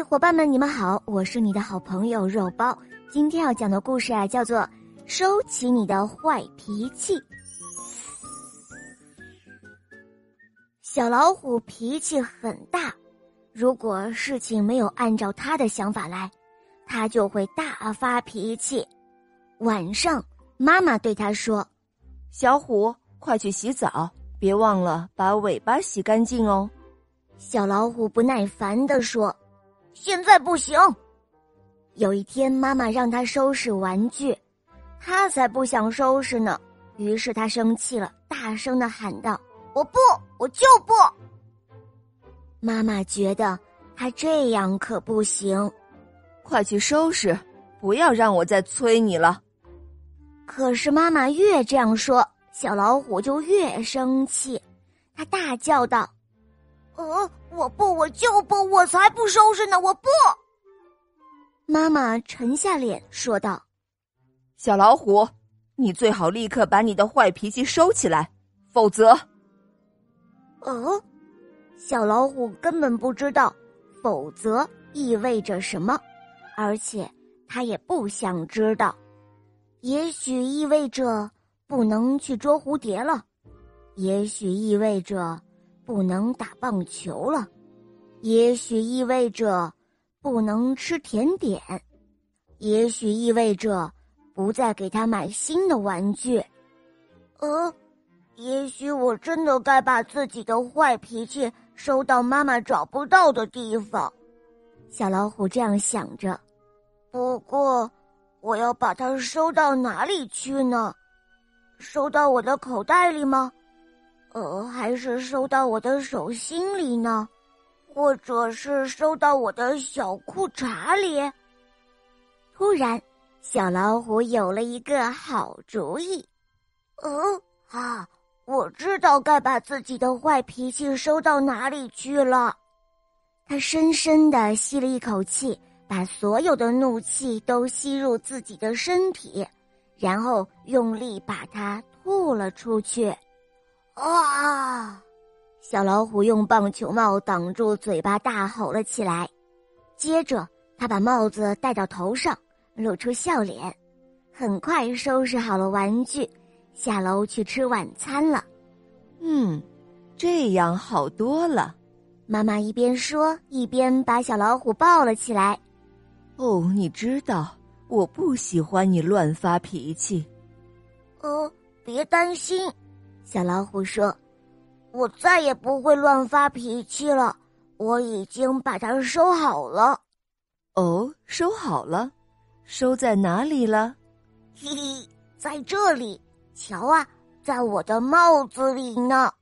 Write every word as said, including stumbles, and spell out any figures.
嘿，伙伴们，你们好，我是你的好朋友肉包。今天要讲的故事啊，叫做收起你的坏脾气。小老虎脾气很大，如果事情没有按照他的想法来，他就会大发脾气。晚上，妈妈对他说： 小虎，快去洗澡，别忘了把尾巴洗干净哦。 小老虎不耐烦地说：现在不行。有一天，妈妈让他收拾玩具，他才不想收拾呢。于是他生气了，大声地喊道：我不，我就不。妈妈觉得他这样可不行， 快去收拾，不要让我再催你了。 可是妈妈越这样说，小老虎就越生气，他大叫道：呃，我不，我就不，我才不收拾呢，我不。妈妈沉下脸说道： 小老虎，你最好立刻把你的坏脾气收起来，否则…… 呃，小老虎根本不知道否则意味着什么，而且他也不想知道。也许意味着不能去捉蝴蝶了，也许意味着不能打棒球了，也许意味着不能吃甜点，也许意味着不再给他买新的玩具。呃，也许我真的该把自己的坏脾气收到妈妈找不到的地方。小老虎这样想着。不过，我要把它收到哪里去呢？收到我的口袋里吗？呃，还是收到我的手心里呢？或者是收到我的小裤衩里？突然，小老虎有了一个好主意。呃，啊，我知道该把自己的坏脾气收到哪里去了。他深深地吸了一口气，把所有的怒气都吸入自己的身体，然后用力把它吐了出去。啊！小老虎用棒球帽挡住嘴巴，大吼了起来。接着，他把帽子戴到头上，露出笑脸。很快收拾好了玩具，下楼去吃晚餐了。 嗯，这样好多了。 妈妈一边说，一边把小老虎抱了起来。 哦，你知道，我不喜欢你乱发脾气。 呃，别担心，小老虎说，我再也不会乱发脾气了，我已经把它收好了。 哦，收好了？收在哪里了？ 嘿嘿，在这里，瞧啊，在我的帽子里呢。